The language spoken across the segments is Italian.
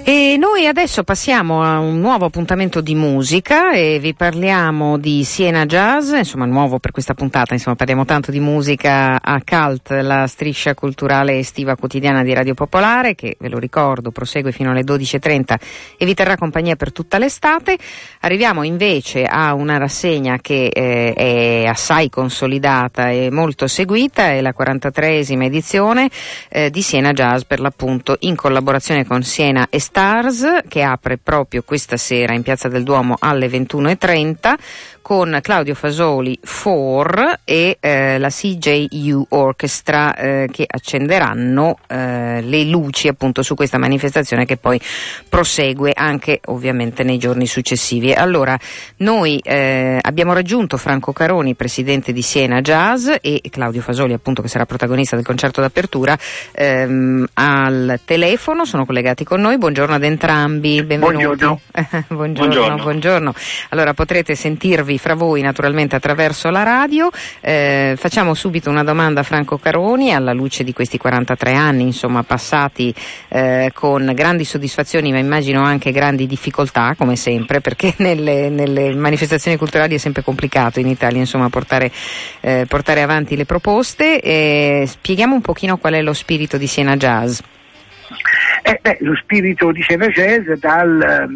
E noi adesso passiamo a un nuovo appuntamento di musica e vi parliamo di Siena Jazz, insomma nuovo per questa puntata, insomma parliamo tanto di musica a Cult, la striscia culturale estiva quotidiana di Radio Popolare che, ve lo ricordo, prosegue fino alle 12:30 e vi terrà compagnia per tutta l'estate. Arriviamo invece a una rassegna che è assai consolidata e molto seguita, è la 43esima edizione di Siena Jazz, per l'appunto in collaborazione con Siena e Stars, che apre proprio questa sera in Piazza del Duomo alle 21:30 con Claudio Fasoli 4 e la CJU Orchestra che accenderanno le luci appunto su questa manifestazione che poi prosegue anche ovviamente nei giorni successivi. Allora, noi abbiamo raggiunto Franco Caroni, presidente di Siena Jazz, e Claudio Fasoli appunto, che sarà protagonista del concerto d'apertura, al telefono, sono collegati con noi. Buongiorno ad entrambi, benvenuti. Buongiorno. Allora, potrete sentirvi fra voi naturalmente attraverso la radio. Facciamo subito una domanda a Franco Caroni, alla luce di questi 43 anni insomma passati con grandi soddisfazioni ma immagino anche grandi difficoltà, come sempre, perché nelle manifestazioni culturali è sempre complicato in Italia insomma portare avanti le proposte. Spieghiamo un pochino qual è lo spirito di Siena Jazz. Lo spirito di Siena Jazz dal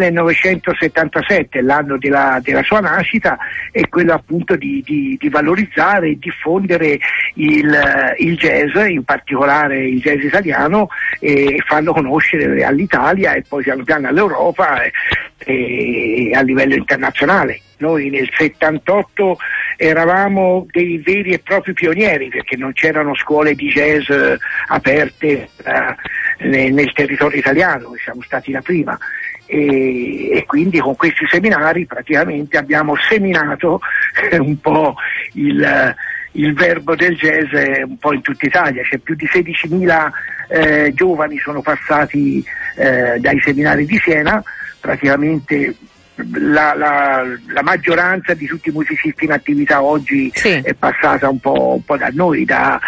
1977, l'anno della sua nascita, è quello appunto di valorizzare e diffondere il jazz, in particolare il jazz italiano, e farlo conoscere all'Italia e poi piano piano all'Europa e a livello internazionale. Noi nel 78 eravamo dei veri e propri pionieri, perché non c'erano scuole di jazz aperte nel territorio italiano, siamo stati la prima, e quindi con questi seminari praticamente abbiamo seminato un po' il verbo del jazz un po' in tutta Italia. C'è più di 16.000 giovani sono passati dai seminari di Siena, praticamente la maggioranza di tutti i musicisti in attività oggi è passata un po' da noi, da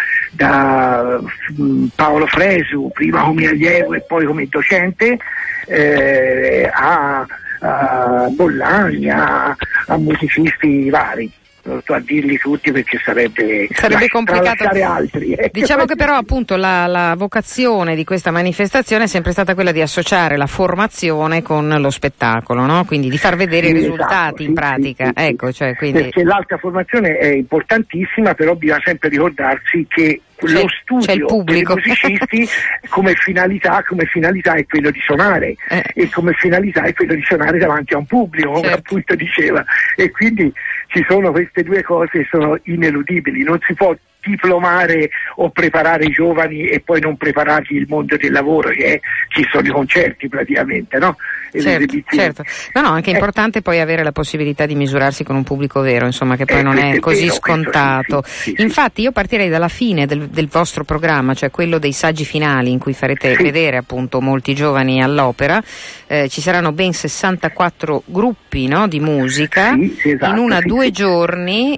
Paolo Fresu, prima come allievo e poi come docente, a Bollani, a musicisti vari. Non sto a dirli tutti perché sarebbe complicato altri. Diciamo che però appunto la vocazione di questa manifestazione è sempre stata quella di associare la formazione con lo spettacolo, no? Quindi di far vedere i risultati in pratica. Ecco, cioè, quindi... Perché l'alta formazione è importantissima, però bisogna sempre ricordarsi che lo studio per i musicisti come finalità è quello di suonare e come finalità è quello di suonare davanti a un pubblico, come appunto diceva, e quindi ci sono queste due cose che sono ineludibili. Non si può diplomare o preparare i giovani e poi non preparargli il mondo del lavoro, che ci sono i concerti praticamente, no? Certo. No, anche è importante poi avere la possibilità di misurarsi con un pubblico vero, insomma, che poi non è così scontato. Infatti io partirei dalla fine del vostro programma, cioè quello dei saggi finali, in cui farete vedere appunto molti giovani all'opera. Ci saranno ben 64 gruppi, no, di musica in 2 giorni,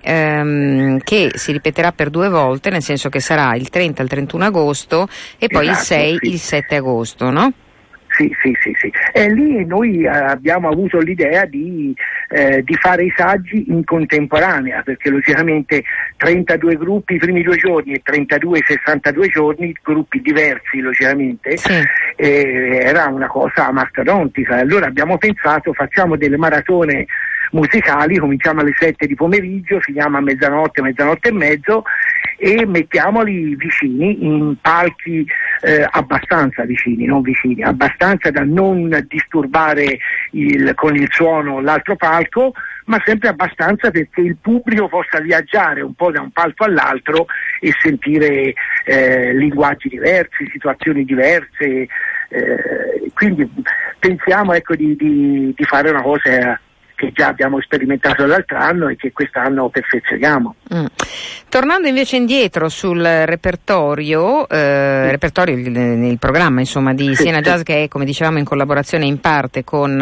che si ripeterà per 2 volte, nel senso che sarà il 30 il 31 agosto e poi il 6 il 7 agosto, no? Sì. E lì noi abbiamo avuto l'idea di fare i saggi in contemporanea, perché logicamente 32 gruppi i primi 2 giorni e 32 i 62 giorni, gruppi diversi logicamente, era una cosa mastodontica. Allora abbiamo pensato, facciamo delle maratone musicali, cominciamo alle 7 di pomeriggio, finiamo a mezzanotte e mezzo, e mettiamoli vicini in palchi abbastanza vicini, non vicini, abbastanza da non disturbare con il suono l'altro palco, ma sempre abbastanza perché il pubblico possa viaggiare un po' da un palco all'altro e sentire linguaggi diversi, situazioni diverse, quindi pensiamo di fare una cosa che già abbiamo sperimentato l'altro anno e che quest'anno perfezioniamo. Tornando invece indietro sul repertorio, il programma insomma di Siena Jazz, che è, come dicevamo, in collaborazione in parte con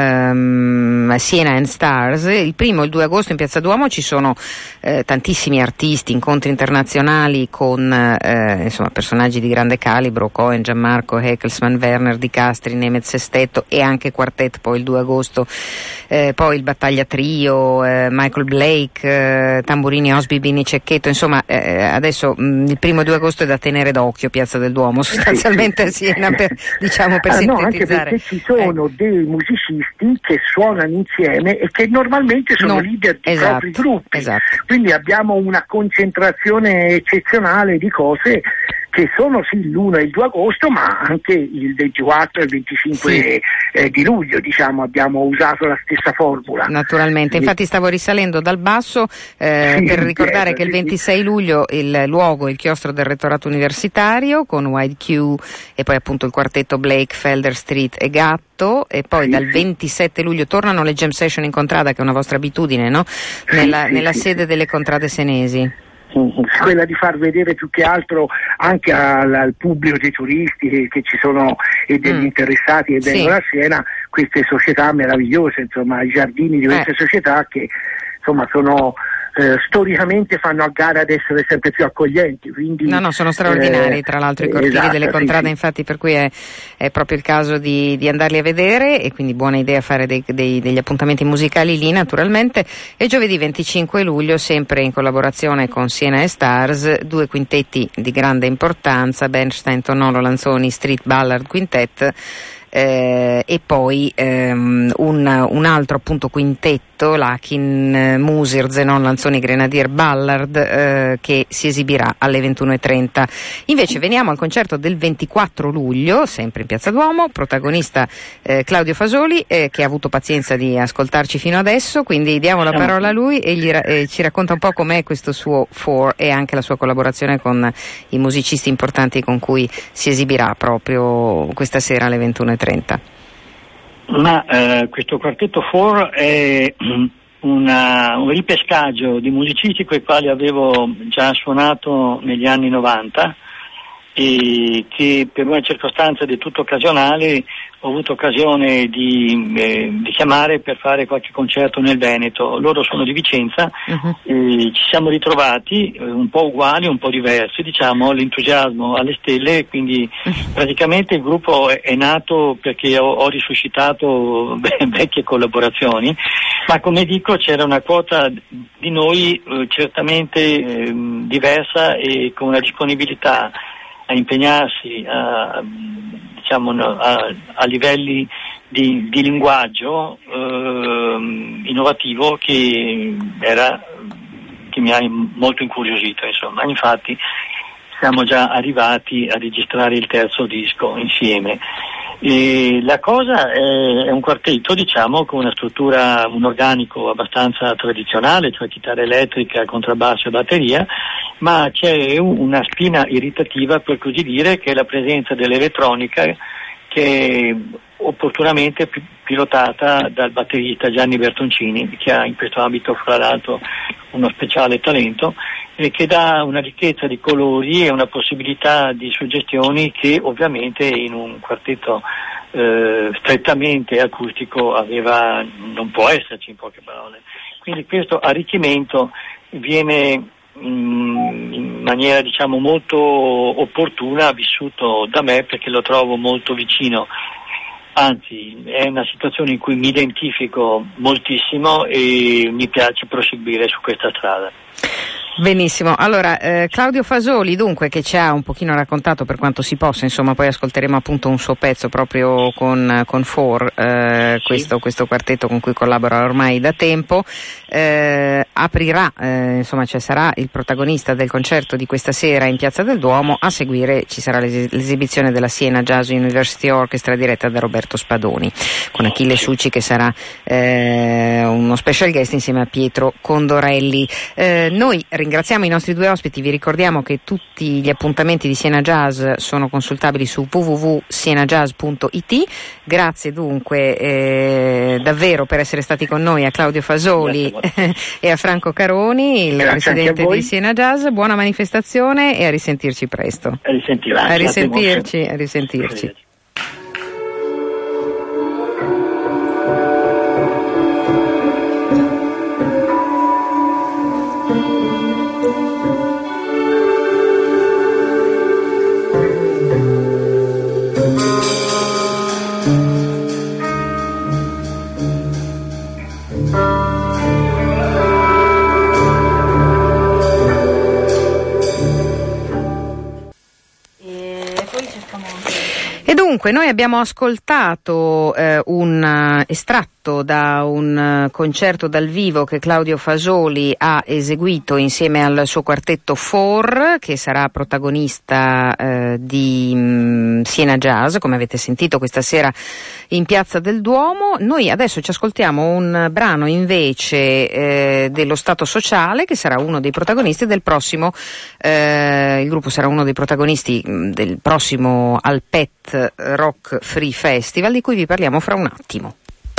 Siena and Stars. Il 1 e il 2 agosto in Piazza Duomo ci sono tantissimi artisti, incontri internazionali con personaggi di grande calibro, Cohen, Gianmarco, Heckelsman, Werner, Di Castri, Nemeth Sestetto e anche quartet poi il 2 agosto, poi il Battaglia Trio, Michael Blake, tamburini Osby, Bini, Cecchetto, insomma adesso il 1 e 2 agosto è da tenere d'occhio Piazza del Duomo sostanzialmente a Siena per sintetizzare. No, anche perché ci sono dei musicisti che suonano insieme e che normalmente sono leader di propri gruppi, quindi abbiamo una concentrazione eccezionale di cose che sono sì l'1 e il 2 agosto, ma anche il 24 e il 25 di luglio, diciamo, abbiamo usato la stessa formula. Naturalmente, infatti stavo risalendo dal basso per ricordare che il 26 luglio il luogo è il chiostro del rettorato universitario con Wide Q e poi appunto il quartetto Blake, Felder Street e Gatto, e poi dal 27 luglio tornano le jam session in Contrada, che è una vostra abitudine, no? Nella sede delle Contrade Senesi. Quella di far vedere più che altro anche al pubblico dei turisti che ci sono e degli interessati che vengono a Siena queste società meravigliose, insomma, i giardini di queste società che insomma sono storicamente fanno a gara ad essere sempre più accoglienti, quindi sono straordinari tra l'altro i cortili delle Contrade, infatti, per cui è proprio il caso di andarli a vedere, e quindi buona idea fare degli appuntamenti musicali lì naturalmente. E giovedì 25 luglio, sempre in collaborazione con Siena e Stars, 2 quintetti di grande importanza, Bernstein, Tonolo, Lanzoni, Street Ballard Quintet, e poi un altro appunto quintetto, Lakin, Musir, Zenon, Lanzoni, Grenadier Ballard, che si esibirà alle 21:30. Invece veniamo al concerto del 24 luglio, sempre in Piazza Duomo, protagonista Claudio Fasoli, che ha avuto pazienza di ascoltarci fino adesso, quindi diamo la parola a lui e ci racconta un po' com'è questo suo Four e anche la sua collaborazione con i musicisti importanti con cui si esibirà proprio questa sera alle 21:30. Ma questo quartetto Four è un ripescaggio di musicisti con i quali avevo già suonato negli anni 90 e che per una circostanza del tutto occasionale ho avuto occasione di chiamare per fare qualche concerto nel Veneto. Loro sono di Vicenza, e ci siamo ritrovati un po' uguali, un po' diversi, diciamo, l'entusiasmo alle stelle, quindi praticamente il gruppo è nato perché ho risuscitato vecchie collaborazioni, ma come dico c'era una quota di noi certamente diversa e con una disponibilità a impegnarsi a livelli di linguaggio innovativo che mi ha molto incuriosito, insomma. Infatti siamo già arrivati a registrare il terzo disco insieme. E la cosa è un quartetto, diciamo, con una struttura, un organico abbastanza tradizionale, cioè chitarra elettrica, contrabbasso e batteria, ma c'è una spina irritativa, per così dire, che è la presenza dell'elettronica, che è opportunamente pilotata dal batterista Gianni Bertoncini, che ha in questo ambito fra l'altro uno speciale talento e che dà una ricchezza di colori e una possibilità di suggestioni che ovviamente in un quartetto strettamente acustico non può esserci, in poche parole. Quindi questo arricchimento viene in maniera, diciamo, molto opportuna vissuto da me, perché lo trovo molto vicino, anzi è una situazione in cui mi identifico moltissimo e mi piace proseguire su questa strada. Benissimo, allora Claudio Fasoli dunque, che ci ha un pochino raccontato per quanto si possa, insomma poi ascolteremo appunto un suo pezzo proprio con Four, questo quartetto con cui collabora ormai da tempo, aprirà, insomma sarà il protagonista del concerto di questa sera in Piazza del Duomo. A seguire ci sarà l'esibizione della Siena Jazz University Orchestra diretta da Roberto Spadoni, con Achille Succi che sarà uno special guest insieme a Pietro Condorelli. Noi ringraziamo i nostri due ospiti, vi ricordiamo che tutti gli appuntamenti di Siena Jazz sono consultabili su www.sienajazz.it. Grazie dunque davvero per essere stati con noi a Claudio Fasoli e a Franco Caroni, il presidente di Siena Jazz. Buona manifestazione e a risentirci presto. A risentirci. E dunque noi abbiamo ascoltato un estratto da un concerto dal vivo che Claudio Fasoli ha eseguito insieme al suo quartetto Four, che sarà protagonista di Siena Jazz, come avete sentito questa sera in Piazza del Duomo. Noi adesso ci ascoltiamo un brano invece dello Stato Sociale, che sarà uno dei protagonisti del prossimo, il gruppo sarà uno dei protagonisti del prossimo Alpet Rock Free Festival, di cui vi parliamo fra un attimo.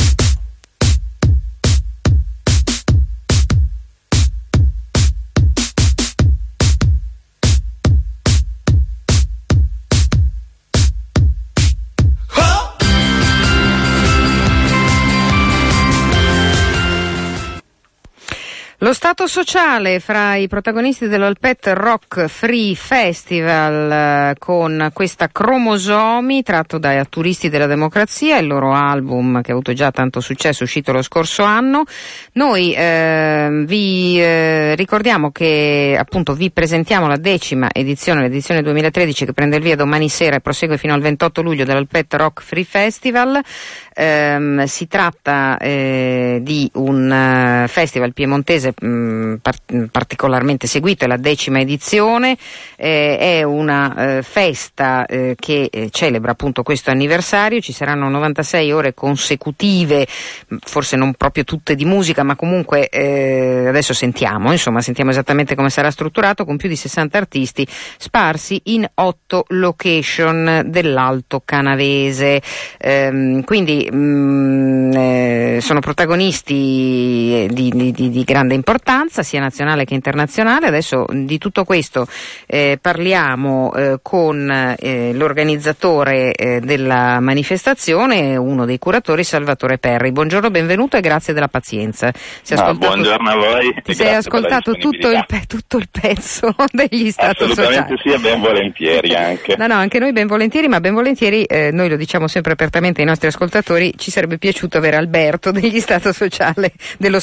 Lo Stato Sociale fra i protagonisti dell'Alpet Rock Free Festival, con questa Cromosomi tratto dai Turisti della Democrazia, il loro album che ha avuto già tanto successo, uscito lo scorso anno. Noi vi ricordiamo che appunto vi presentiamo la 10ª edizione, l'edizione 2013, che prende il via domani sera e prosegue fino al 28 luglio dell'Alpet Rock Free Festival. Si tratta di un festival piemontese particolarmente seguito, è la 10ª edizione, è una festa che celebra appunto questo anniversario. Ci saranno 96 ore consecutive, forse non proprio tutte di musica, ma comunque adesso sentiamo esattamente come sarà strutturato, con più di 60 artisti sparsi in 8 location dell'Alto Canavese. Quindi sono protagonisti di grande importanza, sia nazionale che internazionale. Adesso di tutto questo parliamo con l'organizzatore della manifestazione, uno dei curatori, Salvatore Perri. Buongiorno, benvenuto e grazie della pazienza. Buongiorno a voi. Ti sei ascoltato tutto il pezzo degli Stato Sociale? Assolutamente sì, e ben volentieri anche. No, anche noi ben volentieri, ma ben volentieri, noi lo diciamo sempre apertamente ai nostri ascoltatori, ci sarebbe piaciuto avere Alberto dello Stato Sociale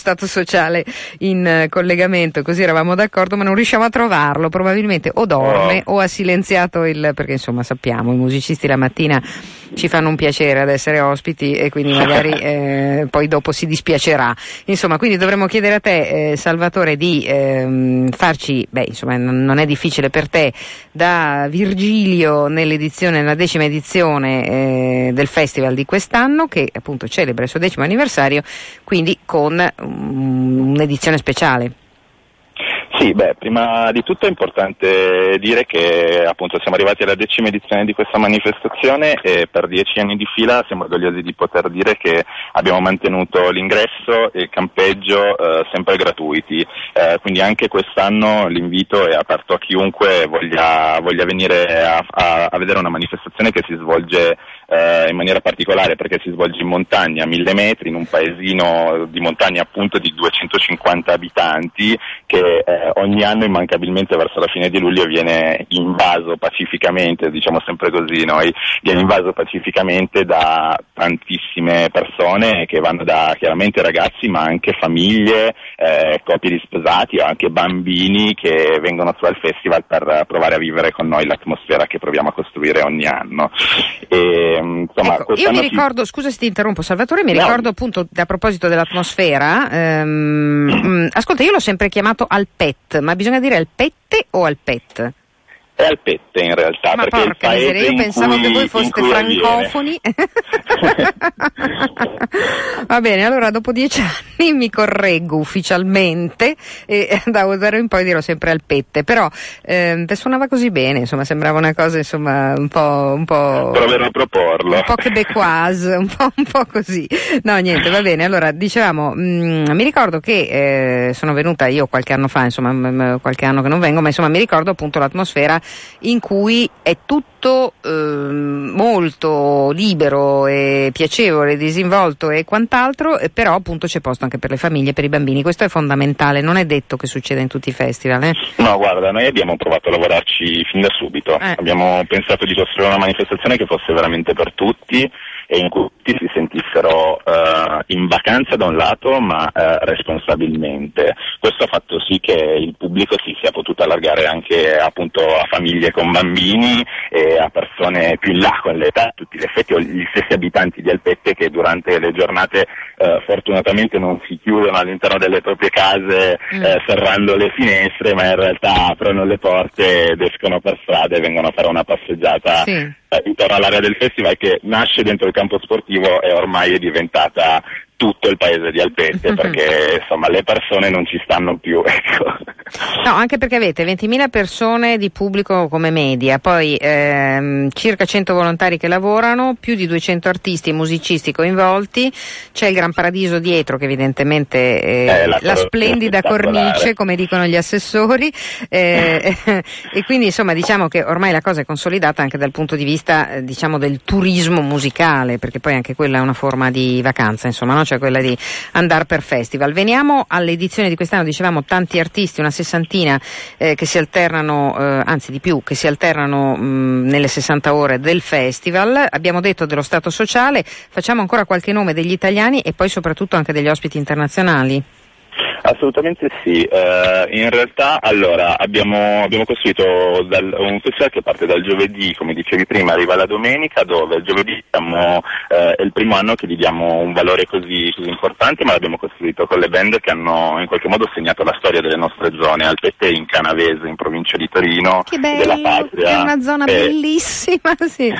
in collegamento, così eravamo d'accordo, ma non riusciamo a trovarlo, probabilmente o dorme o ha silenziato perché insomma sappiamo, i musicisti la mattina ci fanno un piacere ad essere ospiti e quindi magari poi dopo si dispiacerà. Insomma, quindi dovremmo chiedere a te, Salvatore, di farci, non è difficile per te, da Virgilio nella 10ª edizione del festival di quest'anno, che appunto celebra il suo 10° anniversario, quindi con un'edizione speciale. Sì, prima di tutto è importante dire che appunto siamo arrivati alla 10ª edizione di questa manifestazione e per 10 anni di fila siamo orgogliosi di poter dire che abbiamo mantenuto l'ingresso e il campeggio sempre gratuiti, quindi anche quest'anno l'invito è aperto a chiunque voglia venire a vedere una manifestazione che si svolge in maniera particolare, perché si svolge in montagna, a 1000 metri, in un paesino di montagna appunto di 250 abitanti, che ogni anno immancabilmente verso la fine di luglio viene invaso pacificamente, diciamo sempre così noi, viene invaso pacificamente da tantissime persone che vanno da chiaramente ragazzi ma anche famiglie, coppie di sposati o anche bambini che vengono su al festival per provare a vivere con noi l'atmosfera che proviamo a costruire ogni anno. Insomma, ecco, io mi ricordo, scusa se ti interrompo Salvatore, ricordo appunto a proposito dell'atmosfera, ascolta, io l'ho sempre chiamato Alpet, ma bisogna dire Alpette o Alpet? È Alpette in realtà. Ma perché porca miseria, io pensavo che voi foste francofoni. Va bene, allora dopo 10 anni mi correggo ufficialmente e da ora in poi dirò sempre Alpette, però suonava così bene, insomma, sembrava una cosa, insomma, un po' proverò a proporlo, un po' québécoise, un po' così. No, niente, va bene. Allora, dicevamo, mi ricordo che sono venuta io qualche anno fa, insomma, qualche anno che non vengo, ma insomma mi ricordo appunto l'atmosfera in cui è tutto molto libero e piacevole, disinvolto e quant'altro, però appunto c'è posto anche per le famiglie, per i bambini. Questo è fondamentale, non è detto che succeda in tutti i festival. No, guarda, noi abbiamo provato a lavorarci fin da subito. Abbiamo pensato di costruire una manifestazione che fosse veramente per tutti e in cui tutti si sentissero in vacanza da un lato, ma responsabilmente. Questo ha fatto sì che il pubblico si sia potuto allargare anche appunto a famiglie con bambini e a persone più in là con l'età, a tutti gli effetti, o gli stessi abitanti di Alpette che durante le giornate fortunatamente non si chiudono all'interno delle proprie case serrando le finestre, ma in realtà aprono le porte ed escono per strada e vengono a fare una passeggiata intorno all'area del festival, che nasce dentro il campo sportivo e ormai è diventata tutto il paese di Alpette, perché insomma le persone non ci stanno più, ecco. No, anche perché avete 20.000 persone di pubblico come media, poi circa 100 volontari che lavorano, più di 200 artisti e musicisti coinvolti, c'è il Gran Paradiso dietro che evidentemente è la splendida cornice, come dicono gli assessori, e quindi insomma diciamo che ormai la cosa è consolidata anche dal punto di vista diciamo del turismo musicale, perché poi anche quella è una forma di vacanza, insomma, no? Cioè quella di andare per festival. Veniamo all'edizione di quest'anno, dicevamo tanti artisti, una sessantina che si alternano, anzi di più, che si alternano nelle 60 ore del festival. Abbiamo detto dello stato sociale, facciamo ancora qualche nome degli italiani e poi soprattutto anche degli ospiti internazionali. Assolutamente sì, in realtà allora abbiamo costruito un festival che parte dal giovedì, come dicevi prima, arriva la domenica, dove il giovedì è il primo anno che gli diamo un valore così importante, ma l'abbiamo costruito con le band che hanno in qualche modo segnato la storia delle nostre zone. Alpette in Canavese, in provincia di Torino, che bello, della Patria, è una zona bellissima, sì.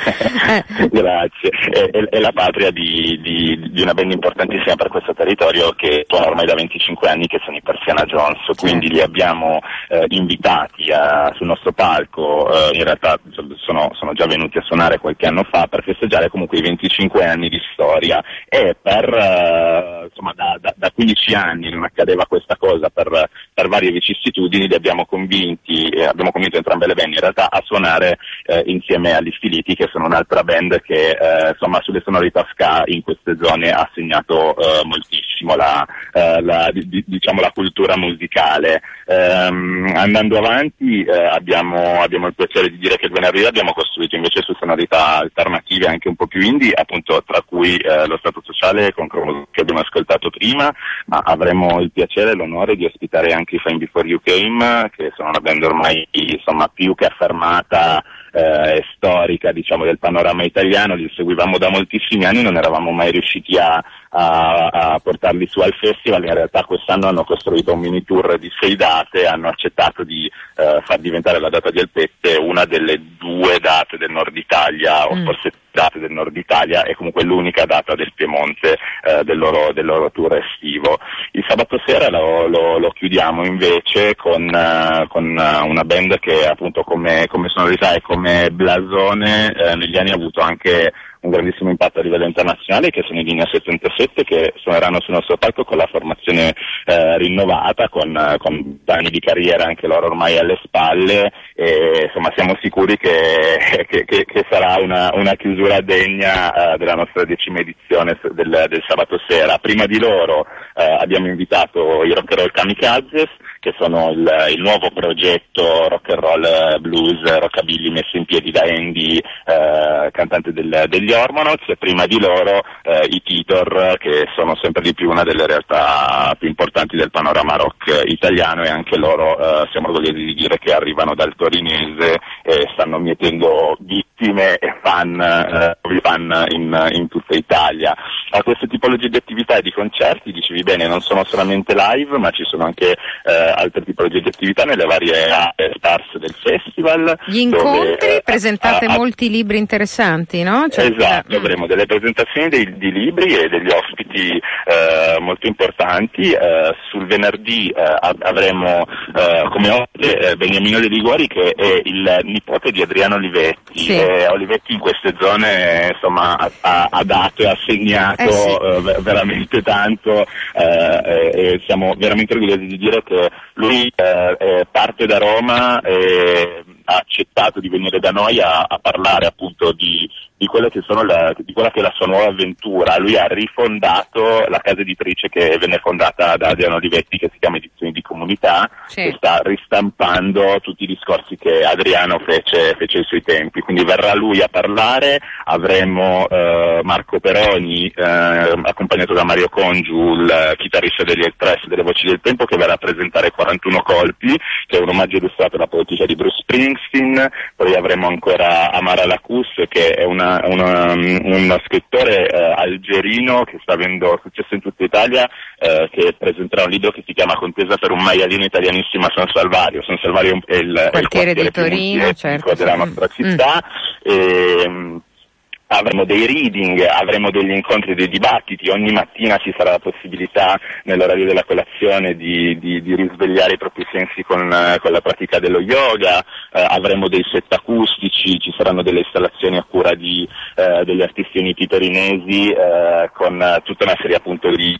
Grazie, è la patria di una band importantissima per questo territorio che suona ormai da 25 anni, che sono i Persiana Jones, quindi li abbiamo invitati sul nostro palco, in realtà sono già venuti a suonare qualche anno fa per festeggiare comunque i 25 anni di storia, e insomma da 15 anni non accadeva questa cosa per varie vicissitudini, li abbiamo convinto entrambe le band in realtà a suonare insieme agli Stiliti, che sono un'altra band che insomma sulle sonorità ska in queste zone ha segnato moltissimo diciamo la cultura musicale. Andando avanti abbiamo il piacere di dire che il venerdì abbiamo costruito invece su sonorità alternative anche un po' più indie, appunto tra cui lo stato sociale con Cromo che abbiamo ascoltato prima, ma avremo il piacere e l'onore di ospitare anche i Fame Before You Came, che sono una band ormai insomma più che affermata e storica diciamo del panorama italiano. Li seguivamo da moltissimi anni, non eravamo mai riusciti a portarli su al festival. In realtà quest'anno hanno costruito un mini tour di 6 date, hanno accettato di far diventare la data di Alpette una delle 2 date del nord Italia, o forse date del nord Italia, e comunque l'unica data del Piemonte del loro tour estivo. Il sabato sera lo chiudiamo invece con una band che appunto come sonorità e come blasone negli anni ha avuto anche un grandissimo impatto a livello internazionale, che sono i Linea 77, che suoneranno sul nostro palco con la formazione rinnovata, con anni di carriera anche loro ormai alle spalle, e insomma siamo sicuri che sarà una chiusura degna della nostra 10ª edizione del sabato sera. Prima di loro abbiamo invitato i Rock and Roll Kamikazes, che sono il nuovo progetto rock and roll blues rockabilly messo in piedi da Andy, cantante degli Hormonauts, e prima di loro i Titor, che sono sempre di più una delle realtà più importanti del panorama rock italiano, e anche loro siamo orgogliosi di dire che arrivano dal torinese e stanno mietendo vittime e fan in tutta Italia. a queste tipologie di attività e di concerti, dicevi bene, non sono solamente live, ma ci sono anche altre tipologie di attività nelle varie aree sparse del festival. Gli incontri, presentate molti libri interessanti, no? Cioè, esatto, avremo delle presentazioni di libri e degli ospiti molto importanti. Sul venerdì avremo come ospite Beniamino De Liguori, che è il nipote di Adriano Olivetti. Sì. Olivetti in queste zone insomma ha dato e ha segnato veramente tanto, e siamo veramente orgogliosi di dire che lui parte da Roma e ha accettato di venire da noi a parlare appunto di quelle che sono di quella che è la sua nuova avventura. Lui ha rifondato la casa editrice che venne fondata da Adriano Olivetti, che si chiama Edizioni di Comunità, sì, e sta ristampando tutti i discorsi che Adriano fece ai suoi tempi. Quindi verrà lui a parlare, avremo Marco Peroni accompagnato da Mario Congiu, il chitarrista degli Express delle Voci del Tempo, che verrà a presentare 41 colpi, che è un omaggio illustrato alla poetica di Bruce Springsteen. Poi avremo ancora Amara Lacous, che è uno scrittore algerino che sta avendo successo in tutta Italia, che presenterà un libro che si chiama Contesa per un maialino italianissimo a San Salvario. San Salvario è il quartiere di Torino, certo, della nostra città. Avremo dei reading, avremo degli incontri, dei dibattiti, ogni mattina ci sarà la possibilità nell'orario della colazione di risvegliare i propri sensi con la pratica dello yoga, avremo dei set acustici, ci saranno delle installazioni a cura degli artisti uniti torinesi, con tutta una serie appunto di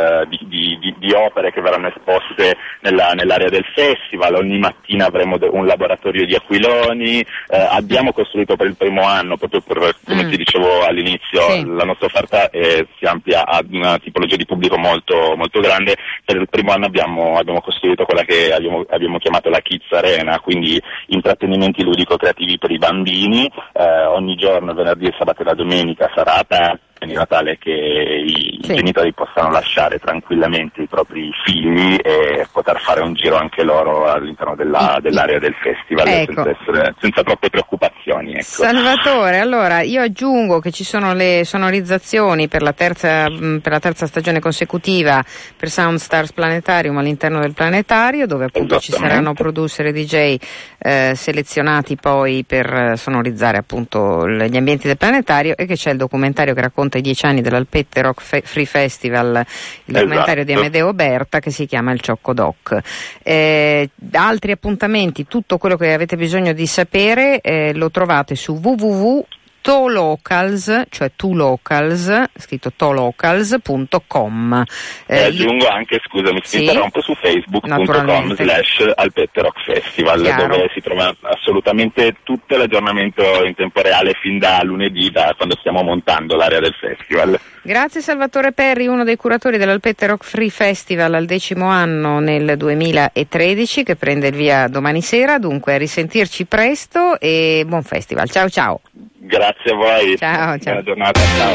opere che verranno esposte nell'area del festival. Ogni mattina avremo un laboratorio di aquiloni, abbiamo costruito per il primo anno, proprio per, come ti dicevo all'inizio, sì, la nostra offerta si amplia ad una tipologia di pubblico molto, molto grande. Per il primo anno abbiamo costruito quella che abbiamo chiamato la Kids Arena, quindi intrattenimenti ludico-creativi per i bambini. Ogni giorno, venerdì, il sabato e la domenica sarà aperto, in maniera tale che i genitori possano lasciare tranquillamente i propri figli e poter fare un giro anche loro all'interno dell'area del festival, ecco, senza troppe preoccupazioni. Ecco. Salvatore, allora io aggiungo che ci sono le sonorizzazioni per la terza stagione consecutiva per Soundstars Planetarium all'interno del planetario, dove appunto ci saranno producer e DJ selezionati poi per sonorizzare appunto gli ambienti del planetario, e che c'è il documentario che racconta i 10 anni dell'Alpette Rock Free Festival, il documentario di Amedeo Berta, che si chiama Il Ciocco Doc. Altri appuntamenti, tutto quello che avete bisogno di sapere lo trovate su www.tolocals, cioè tolocals, scritto tolocals.com. Aggiungo anche, scusami, si interrompo, su facebook.com/Alpette Rock Festival, dove si trova assolutamente tutto l'aggiornamento in tempo reale fin da lunedì, da quando stiamo montando l'area del festival. Grazie Salvatore Perri, uno dei curatori dell'Alpette Rock Free Festival al 10° anno nel 2013, che prende il via domani sera. Dunque, a risentirci presto e buon festival. Ciao ciao. Grazie a voi. Ciao. Buona giornata. Ciao.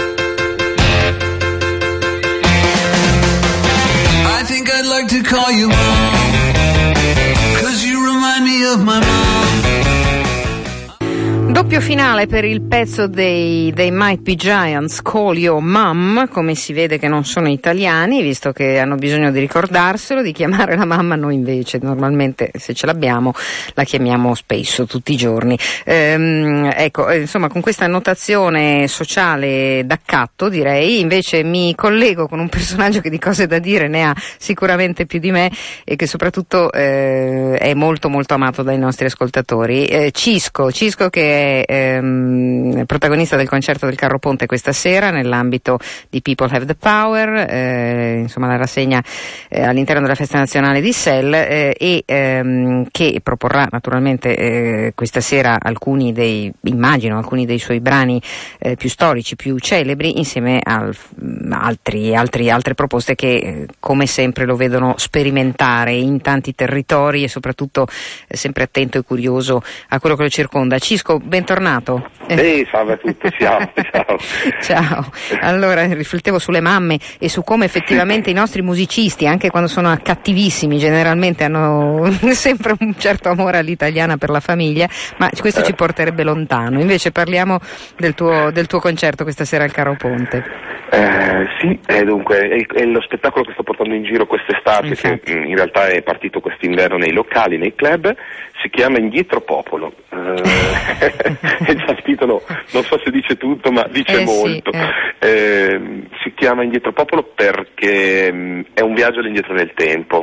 I think I'd like to call you home, 'cause you remind me of my mom. Doppio finale per il pezzo dei Might Be Giants, Call Your Mom. Come si vede che non sono italiani, visto che hanno bisogno di ricordarselo, di chiamare la mamma. Noi invece normalmente, se ce l'abbiamo, la chiamiamo spesso, tutti i giorni. Ecco, insomma, con questa annotazione sociale d'accatto, direi, invece mi collego con un personaggio che di cose da dire ne ha sicuramente più di me, e che soprattutto è molto molto amato dai nostri ascoltatori. Cisco che è protagonista del concerto del Carro Ponte questa sera nell'ambito di People Have the Power, insomma la rassegna all'interno della Festa Nazionale di Sel, e che proporrà naturalmente questa sera alcuni dei suoi brani più storici, più celebri, insieme a altre proposte che come sempre lo vedono sperimentare in tanti territori, e soprattutto sempre attento e curioso a quello che lo circonda. Cisco, bentornato. Salve a tutti, ciao. Ciao. Allora, riflettevo sulle mamme e su come effettivamente i nostri musicisti, anche quando sono cattivissimi, generalmente hanno sempre un certo amore all'italiana per la famiglia, ma questo ci porterebbe lontano. Invece parliamo del tuo concerto questa sera al Carro Ponte. Sì, dunque è lo spettacolo che sto portando in giro quest'estate, che in realtà è partito quest'inverno nei locali, nei club, si chiama Indietro Popolo. È già il titolo, non so se dice tutto, ma dice molto. Si chiama Indietro Popolo perché è un viaggio all'indietro nel tempo.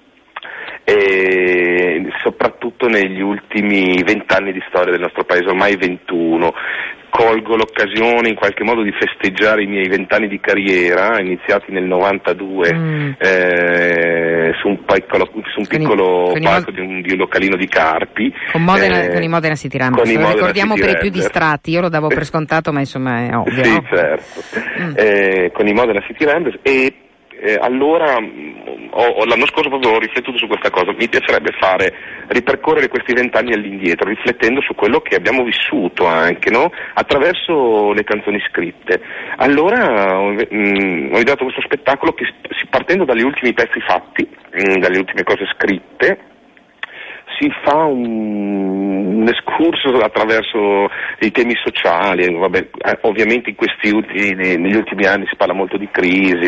E soprattutto negli ultimi 20 anni di storia del nostro paese, ormai 21, colgo l'occasione in qualche modo di festeggiare i miei 20 anni di carriera, iniziati nel 92 su un piccolo palco di un localino di Carpi. Con i Modena City Ramblers, lo ricordiamo per i più distratti, io lo davo per scontato ma insomma è ovvio. Sì, certo, con i Modena City Ramblers allora l'anno scorso proprio ho riflettuto su questa cosa, mi piacerebbe ripercorrere questi 20 anni all'indietro, riflettendo su quello che abbiamo vissuto anche, no? Attraverso le canzoni scritte. Allora ho ideato questo spettacolo che, partendo dagli ultimi pezzi fatti, dalle ultime cose scritte, si fa un escursus attraverso i temi sociali. Ovviamente negli ultimi anni si parla molto di crisi,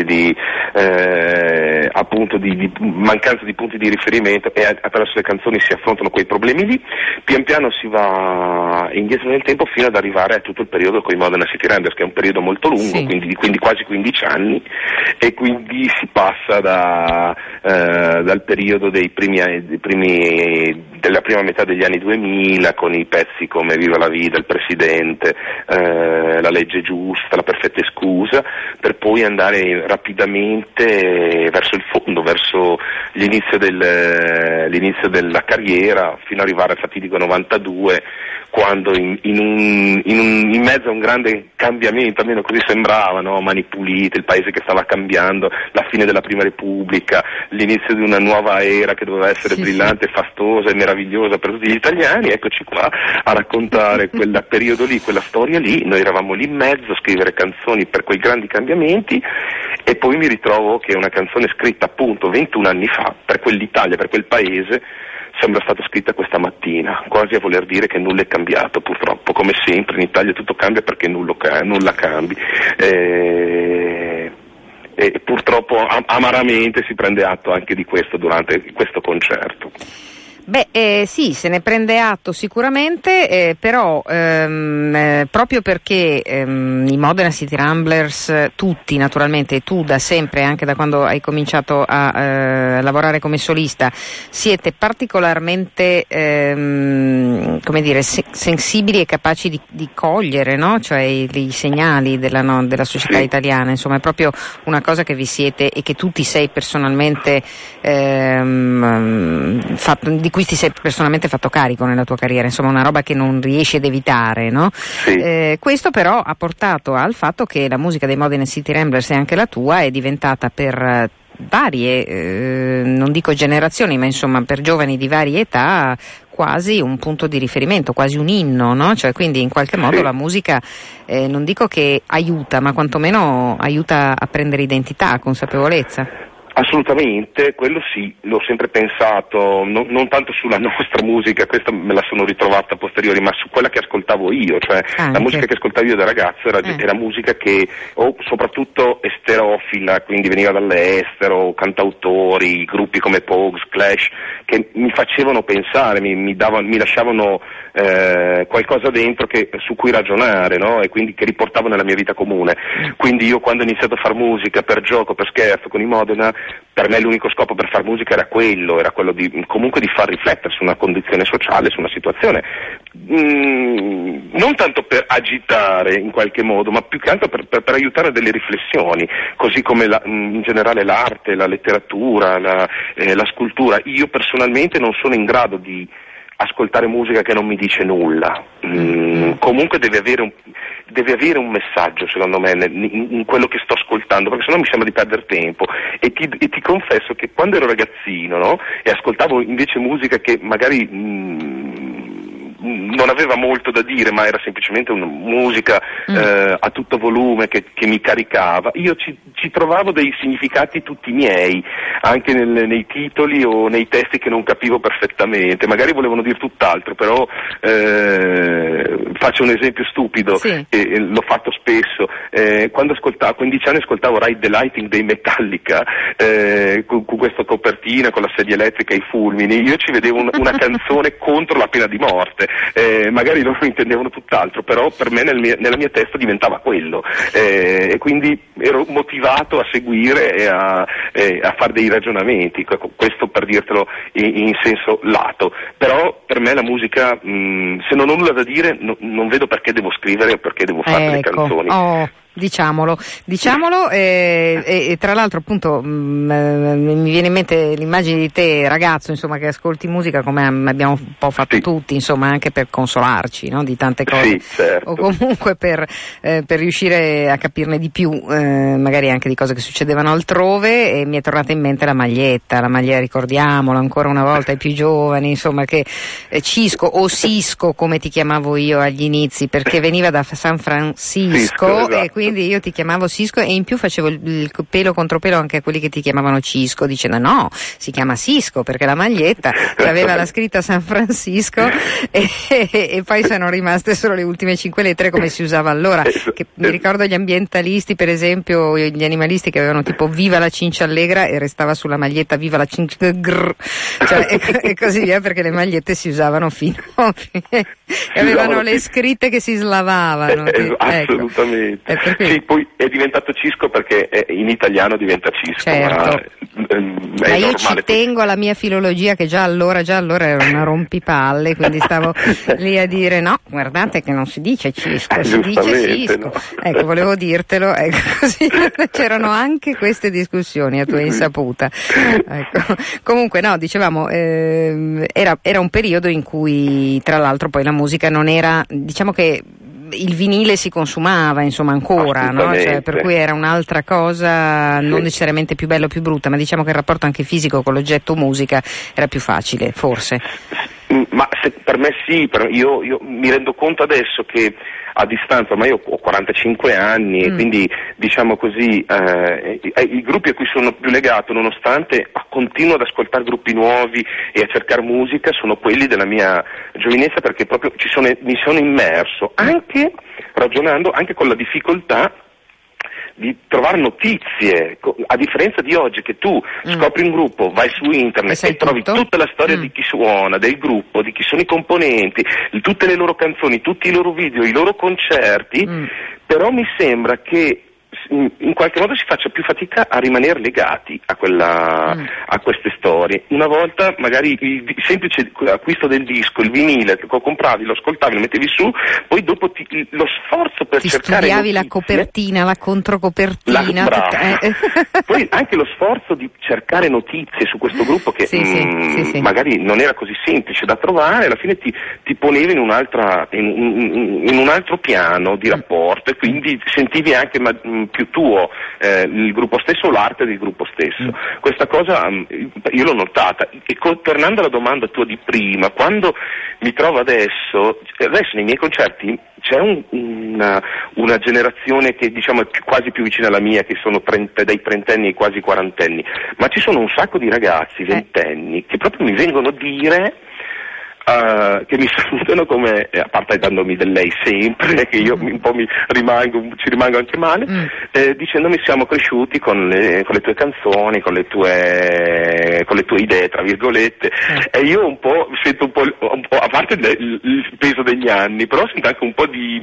appunto di mancanza di punti di riferimento, e attraverso le canzoni si affrontano quei problemi lì. Pian piano si va indietro nel tempo fino ad arrivare a tutto il periodo con i Modena City Ramblers, che è un periodo molto lungo, quindi quasi 15 anni, e quindi si passa dal periodo della prima metà degli anni 2000, con i pezzi come Viva la Vida, Il Presidente, La Legge Giusta, La Perfetta Scusa, per poi andare rapidamente verso il fondo, verso l'inizio della carriera, fino ad arrivare al fatidico 92, quando in mezzo a un grande cambiamento, almeno così sembrava, no? Mani pulite, il paese che stava cambiando, la fine della Prima Repubblica, l'inizio di una nuova era che doveva essere brillante, fastosa e meravigliosa per tutti gli italiani. Eccoci qua a raccontare quel periodo lì, quella storia lì. Noi eravamo lì in mezzo a scrivere canzoni per quei grandi cambiamenti, e poi mi ritrovo che una canzone scritta appunto 21 anni fa per quell'Italia, per quel paese, sembra stata scritta questa mattina, quasi a voler dire che nulla è cambiato. Purtroppo, come sempre in Italia tutto cambia perché nulla cambi, e purtroppo amaramente si prende atto anche di questo durante questo concerto. Sì, se ne prende atto sicuramente, però proprio perché i Modena City Ramblers, tutti naturalmente, e tu da sempre, anche da quando hai cominciato a lavorare come solista, siete particolarmente sensibili e capaci di cogliere, no? Cioè i segnali della società italiana, insomma è proprio una cosa che vi siete, e che tu ti sei personalmente di cui ti sei personalmente fatto carico nella tua carriera, insomma una roba che non riesci ad evitare, no? Questo però ha portato al fatto che la musica dei Modena City Ramblers, e anche la tua, è diventata per varie, non dico generazioni, ma insomma per giovani di varie età, quasi un punto di riferimento, quasi un inno, no? Cioè, quindi in qualche modo la musica, non dico che aiuta, ma quantomeno aiuta a prendere identità, consapevolezza. Assolutamente, quello sì, l'ho sempre pensato, non tanto sulla nostra musica, questa me la sono ritrovata a posteriori, ma su quella che ascoltavo io, cioè la musica che ascoltavo io da ragazzo era musica che, soprattutto esterofila, quindi veniva dall'estero, cantautori, gruppi come Pogues, Clash, che mi facevano pensare, mi lasciavano qualcosa dentro su cui ragionare, no? E quindi che riportavo nella mia vita comune. Quindi io, quando ho iniziato a far musica per gioco, per scherzo con i Modena, per me l'unico scopo per far musica era quello comunque di far riflettere su una condizione sociale, su una situazione, non tanto per agitare in qualche modo, ma più che altro per aiutare a delle riflessioni, così come in generale l'arte, la letteratura, la scultura. Io personalmente non sono in grado di ascoltare musica che non mi dice nulla. Comunque deve avere un messaggio, secondo me, in quello che sto ascoltando, perché sennò mi sembra di perdere tempo. E ti confesso che quando ero ragazzino, no, e ascoltavo invece musica che magari non aveva molto da dire, ma era semplicemente una musica a tutto volume che mi caricava. Io ci trovavo dei significati tutti miei, anche nei titoli o nei testi che non capivo perfettamente, magari volevano dire tutt'altro, però faccio un esempio stupido, sì. L'ho fatto spesso, quando a 15 anni ascoltavo Ride the Lightning dei Metallica, con questa copertina, con la sedia elettrica e i fulmini, io ci vedevo una canzone contro la pena di morte, magari loro intendevano tutt'altro, però per me nella mia testa diventava quello, e quindi ero motivato a seguire e a fare dei ragionamenti, questo per dirtelo in senso lato, però per me la musica, se non ho nulla da dire, non vedo perché devo scrivere o perché devo fare delle canzoni. Diciamolo e tra l'altro appunto mi viene in mente l'immagine di te ragazzo, insomma, che ascolti musica come abbiamo un po' fatto tutti, insomma, anche per consolarci, no, di tante cose, sì, certo. O comunque per riuscire a capirne di più, magari anche di cose che succedevano altrove, e mi è tornata in mente la maglietta, ricordiamolo ancora una volta ai più giovani, insomma, che Cisco o Cisco come ti chiamavo io agli inizi, perché veniva da San Francisco, esatto. E quindi io ti chiamavo Cisco e in più facevo il pelo contro pelo anche a quelli che ti chiamavano Cisco, dicendo no, si chiama Cisco perché la maglietta aveva la scritta San Francisco e poi sono rimaste solo le ultime 5 lettere come si usava allora, che mi ricordo gli ambientalisti per esempio, gli animalisti che avevano tipo viva la cincia allegra e restava sulla maglietta viva la cincia e così via, perché le magliette si usavano fino e avevano le scritte che si slavavano. Assolutamente. Sì, poi è diventato Cisco perché in italiano diventa Cisco. Certo. Ma io ci tengo alla mia filologia, che già allora era una rompipalle, quindi stavo lì a dire no, guardate che non si dice Cisco, si dice Cisco. No? Ecco, volevo dirtelo, ecco, così c'erano anche queste discussioni a tua insaputa. Ecco. Comunque no, dicevamo, era un periodo in cui tra l'altro poi la musica non era, diciamo che il vinile si consumava, insomma, ancora, no? Cioè, per cui era un'altra cosa, non necessariamente più bella o più brutta, ma diciamo che il rapporto anche fisico con l'oggetto musica era più facile, forse. Ma per me sì, io mi rendo conto adesso che a distanza, ma io ho 45 anni e quindi diciamo così, i gruppi a cui sono più legato, nonostante continuo ad ascoltare gruppi nuovi e a cercare musica, sono quelli della mia giovinezza, perché proprio mi sono immerso, anche ragionando, anche con la difficoltà di trovare notizie, a differenza di oggi che tu scopri un gruppo, vai su internet e trovi tutta la storia di chi suona, del gruppo, di chi sono i componenti, tutte le loro canzoni, tutti i loro video, i loro concerti, però mi sembra che in qualche modo si faccia più fatica a rimanere legati a queste storie. Una volta magari il semplice acquisto del disco, il vinile che compravi, lo ascoltavi, lo mettevi su, poi dopo lo sforzo per cercare studiavi la copertina, la controcopertina, poi anche lo sforzo di cercare notizie su questo gruppo che magari non era così semplice da trovare, alla fine ti ponevi in un altro piano di rapporto, e quindi sentivi anche più tuo il gruppo stesso o l'arte del gruppo stesso. Questa cosa io l'ho notata, e tornando alla domanda tua di prima, quando mi trovo adesso nei miei concerti c'è una generazione che diciamo è quasi più vicina alla mia, che sono dai trentenni ai quasi quarantenni, ma ci sono un sacco di ragazzi ventenni che proprio mi vengono a dire che mi salutano come, a parte dandomi del lei sempre, che io un po' ci rimango anche male, dicendomi siamo cresciuti con le tue canzoni, con le tue idee, tra virgolette, e io sento un po', a parte il peso degli anni, però sento anche un po' di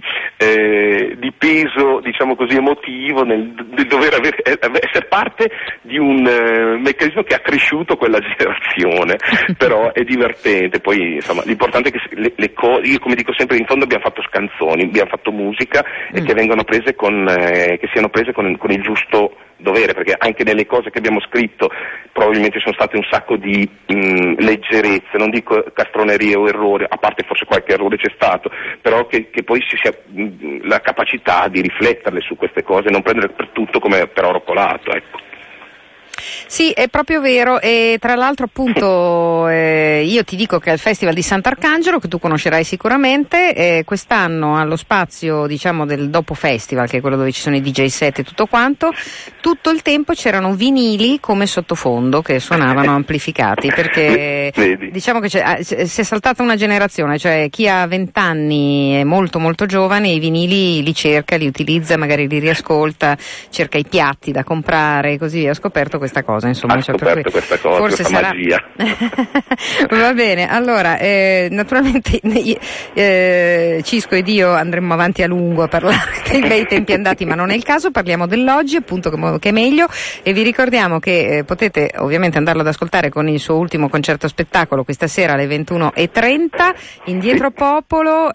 peso, diciamo così, emotivo nel dover essere parte di un meccanismo che ha cresciuto quella generazione, però è divertente. Poi insomma l'importante è che io come dico sempre, in fondo abbiamo fatto canzoni, abbiamo fatto musica e che vengano prese che siano prese con il giusto dovere, perché anche nelle cose che abbiamo scritto probabilmente sono state un sacco di leggerezze, non dico castronerie o errori, a parte forse qualche errore c'è stato, però che poi ci sia la capacità di rifletterle su queste cose e non prendere per tutto come per oro colato, ecco. Sì, è proprio vero, e tra l'altro appunto io ti dico che al Festival di Sant'Arcangelo, che tu conoscerai sicuramente, quest'anno allo spazio diciamo del dopo festival, che è quello dove ci sono i DJ set e tutto quanto, tutto il tempo c'erano vinili come sottofondo che suonavano amplificati, perché diciamo che si è saltata una generazione, cioè chi ha 20 anni è molto molto giovane, i vinili li cerca, li utilizza, magari li riascolta, cerca i piatti da comprare e così via. Ho scoperto questa cosa, insomma, cioè, scoperto questa cosa, forse questa sarà magia. Va bene, allora naturalmente Cisco ed io andremo avanti a lungo a parlare dei bei tempi andati, ma non è il caso, parliamo dell'oggi appunto che è meglio, e vi ricordiamo che potete ovviamente andarlo ad ascoltare con il suo ultimo concerto spettacolo questa sera alle 21:30 in Dietro Popolo,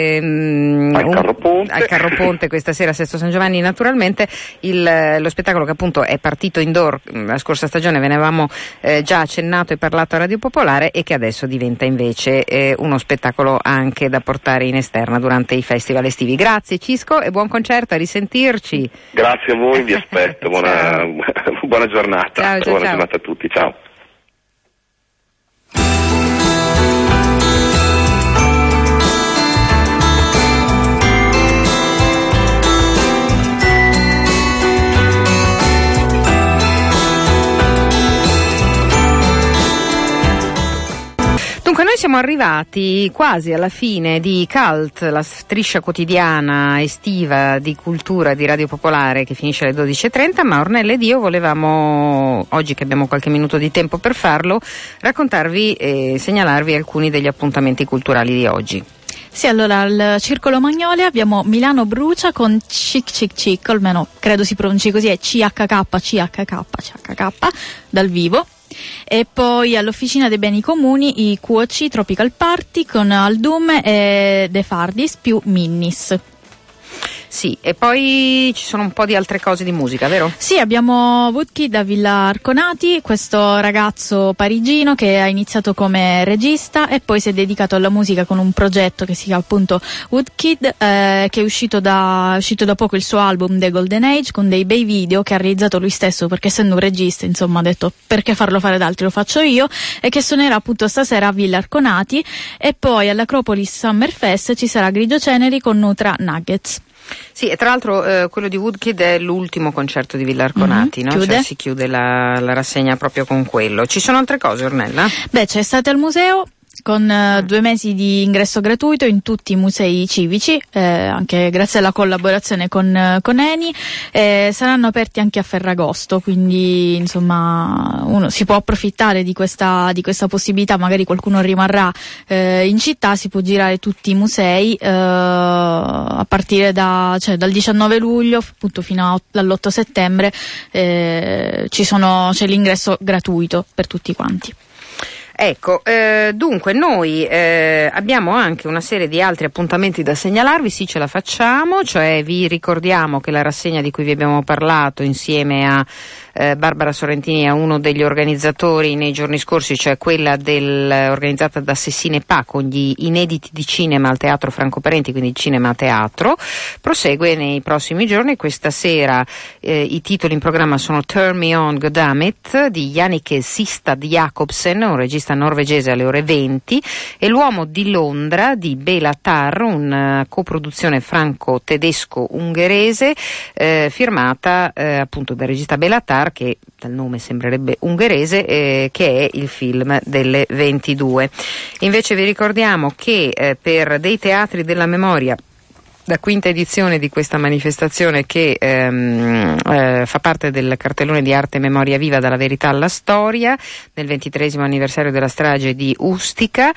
al Carro Ponte questa sera a Sesto San Giovanni. Naturalmente lo spettacolo, che appunto è partito indoor la scorsa stagione, ve ne avevamo già accennato e parlato a Radio Popolare, e che adesso diventa invece uno spettacolo anche da portare in esterna durante i festival estivi. Grazie Cisco e buon concerto, a risentirci. Grazie a voi, vi aspetto, buona giornata. Ciao. Giornata a tutti, ciao. Dunque noi siamo arrivati quasi alla fine di Cult, la striscia quotidiana estiva di cultura di Radio Popolare, che finisce alle 12:30, ma Ornella ed io volevamo, oggi che abbiamo qualche minuto di tempo per farlo, raccontarvi e segnalarvi alcuni degli appuntamenti culturali di oggi. Sì, allora al Circolo Magnolia abbiamo Milano Brucia con Cic, almeno credo si pronunci così, è CHK dal vivo. E poi all'Officina dei Beni Comuni i Cuoci Tropical Party con Aldum e De Fardis più Minnis. Sì, e poi ci sono un po' di altre cose di musica, vero? Sì, abbiamo Woodkid da Villa Arconati, questo ragazzo parigino che ha iniziato come regista e poi si è dedicato alla musica con un progetto che si chiama appunto Woodkid, che è uscito da poco il suo album The Golden Age, con dei bei video che ha realizzato lui stesso, perché essendo un regista, insomma, ha detto perché farlo fare ad altri, lo faccio io, e che suonerà appunto stasera a Villa Arconati. E poi all'Acropolis Summer Fest ci sarà Grigio Ceneri con Nutra Nuggets. Sì, e tra l'altro quello di Woodkid è l'ultimo concerto di Villa Arconati, no? Chiude. Cioè si chiude la rassegna proprio con quello. Ci sono altre cose, Ornella? Beh, c'è Estate al museo con 2 mesi di ingresso gratuito in tutti i musei civici, anche grazie alla collaborazione con Eni, saranno aperti anche a Ferragosto, quindi insomma uno si può approfittare di questa possibilità, magari qualcuno rimarrà in città, si può girare tutti i musei a partire dal 19 luglio appunto fino all'8 settembre, c'è l'ingresso gratuito per tutti quanti. Ecco, dunque noi abbiamo anche una serie di altri appuntamenti da segnalarvi, sì, ce la facciamo, cioè vi ricordiamo che la rassegna di cui vi abbiamo parlato insieme a Barbara Sorrentini, a uno degli organizzatori nei giorni scorsi, cioè quella organizzata da Sessine Pa con gli inediti di cinema al Teatro Franco Parenti, quindi cinema a teatro, prosegue nei prossimi giorni. Questa sera i titoli in programma sono Turn Me On Goddammit di Jannike Sistad Jacobsen, un regista norvegese, alle ore 20, e L'uomo di Londra di Bela Tarr, una coproduzione franco-tedesco-ungherese firmata appunto dal regista Bela Tarr, che dal nome sembrerebbe ungherese, che è il film delle 22. Invece vi ricordiamo che per dei teatri della memoria, la quinta edizione di questa manifestazione che fa parte del cartellone di Arte e Memoria Viva, dalla verità alla storia, nel 23° anniversario della strage di Ustica,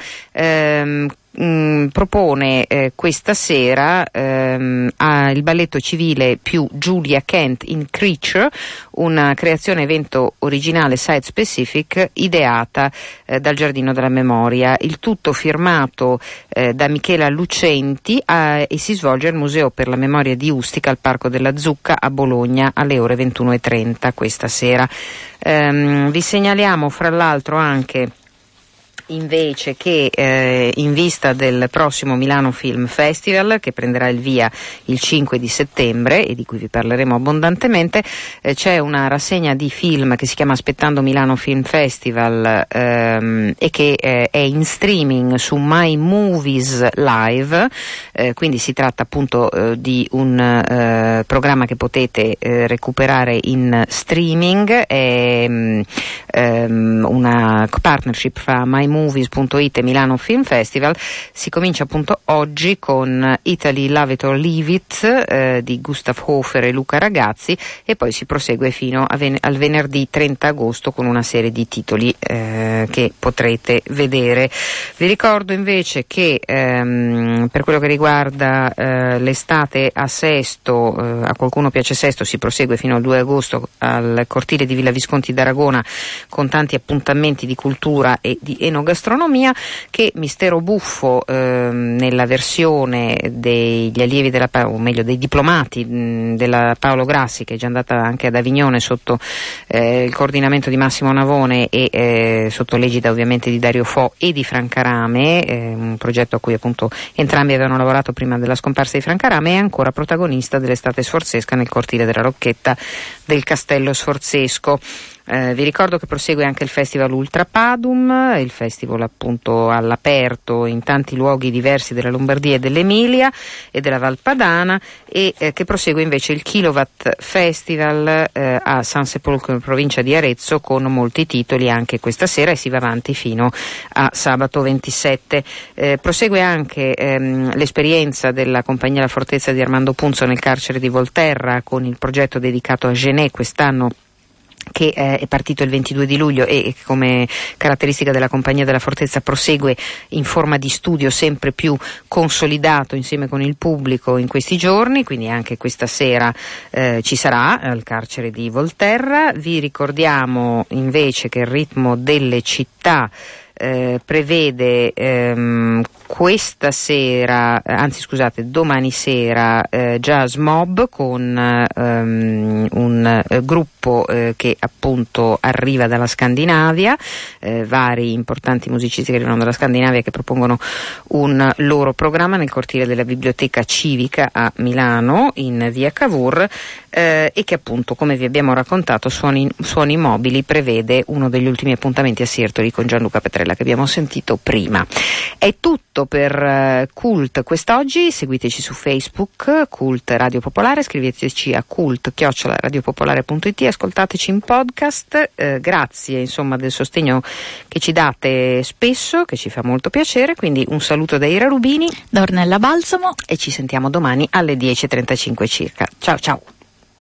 propone questa sera il balletto civile più Julia Kent in Creature, una creazione evento originale site specific ideata dal Giardino della Memoria, il tutto firmato da Michela Lucenti e si svolge al Museo per la Memoria di Ustica al Parco della Zucca a Bologna alle ore 21:30 questa sera. Vi segnaliamo fra l'altro anche invece che in vista del prossimo Milano Film Festival, che prenderà il via il 5 di settembre e di cui vi parleremo abbondantemente, c'è una rassegna di film che si chiama Aspettando Milano Film Festival e che è in streaming su My Movies Live, quindi si tratta appunto di un programma che potete recuperare in streaming, è una partnership fra mymovies.it e Milano Film Festival. Si comincia appunto oggi con Italy Love It or Leave It di Gustav Hofer e Luca Ragazzi, e poi si prosegue fino al venerdì 30 agosto con una serie di titoli che potrete vedere. Vi ricordo invece che per quello che riguarda l'estate a Sesto, a qualcuno piace Sesto, si prosegue fino al 2 agosto al cortile di Villa Visconti d'Aragona con tanti appuntamenti di cultura e di enogastronomia, che Mistero Buffo nella versione degli allievi o meglio dei diplomati della Paolo Grassi, che è già andata anche ad Avignone sotto il coordinamento di Massimo Navone e sotto l'egida ovviamente di Dario Fo e di Franca Rame, un progetto a cui appunto entrambi avevano lavorato prima della scomparsa di Franca Rame, è ancora protagonista dell'estate sforzesca nel cortile della Rocchetta del Castello Sforzesco. Vi ricordo che prosegue anche il Festival Ultra Padum, il festival appunto all'aperto in tanti luoghi diversi della Lombardia e dell'Emilia e della Val Padana, e che prosegue invece il Kilowatt Festival a San Sepolcro in provincia di Arezzo, con molti titoli anche questa sera, e si va avanti fino a sabato 27. Prosegue anche l'esperienza della compagnia La Fortezza di Armando Punzo nel carcere di Volterra, con il progetto dedicato a Genet quest'anno, che è partito il 22 di luglio e come caratteristica della compagnia della Fortezza prosegue in forma di studio sempre più consolidato insieme con il pubblico in questi giorni, quindi anche questa sera ci sarà al carcere di Volterra. Vi ricordiamo invece che il Ritmo delle Città prevede questa sera, domani sera, Jazz Mob con un gruppo che appunto arriva dalla Scandinavia, vari importanti musicisti che arrivano dalla Scandinavia, che propongono un loro programma nel cortile della Biblioteca Civica a Milano in via Cavour, e che appunto, come vi abbiamo raccontato, Suoni Mobili prevede uno degli ultimi appuntamenti a Siertoli con Gianluca Petrella, che abbiamo sentito prima. È tutto per Cult quest'oggi. Seguiteci su Facebook, Cult Radio Popolare, scriveteci a cult@radiopopolare.it, ascoltateci in podcast. Grazie insomma del sostegno che ci date spesso, che ci fa molto piacere. Quindi un saluto da Ira Rubini, da Ornella Balsamo, e ci sentiamo domani alle 10:35 circa. Ciao ciao.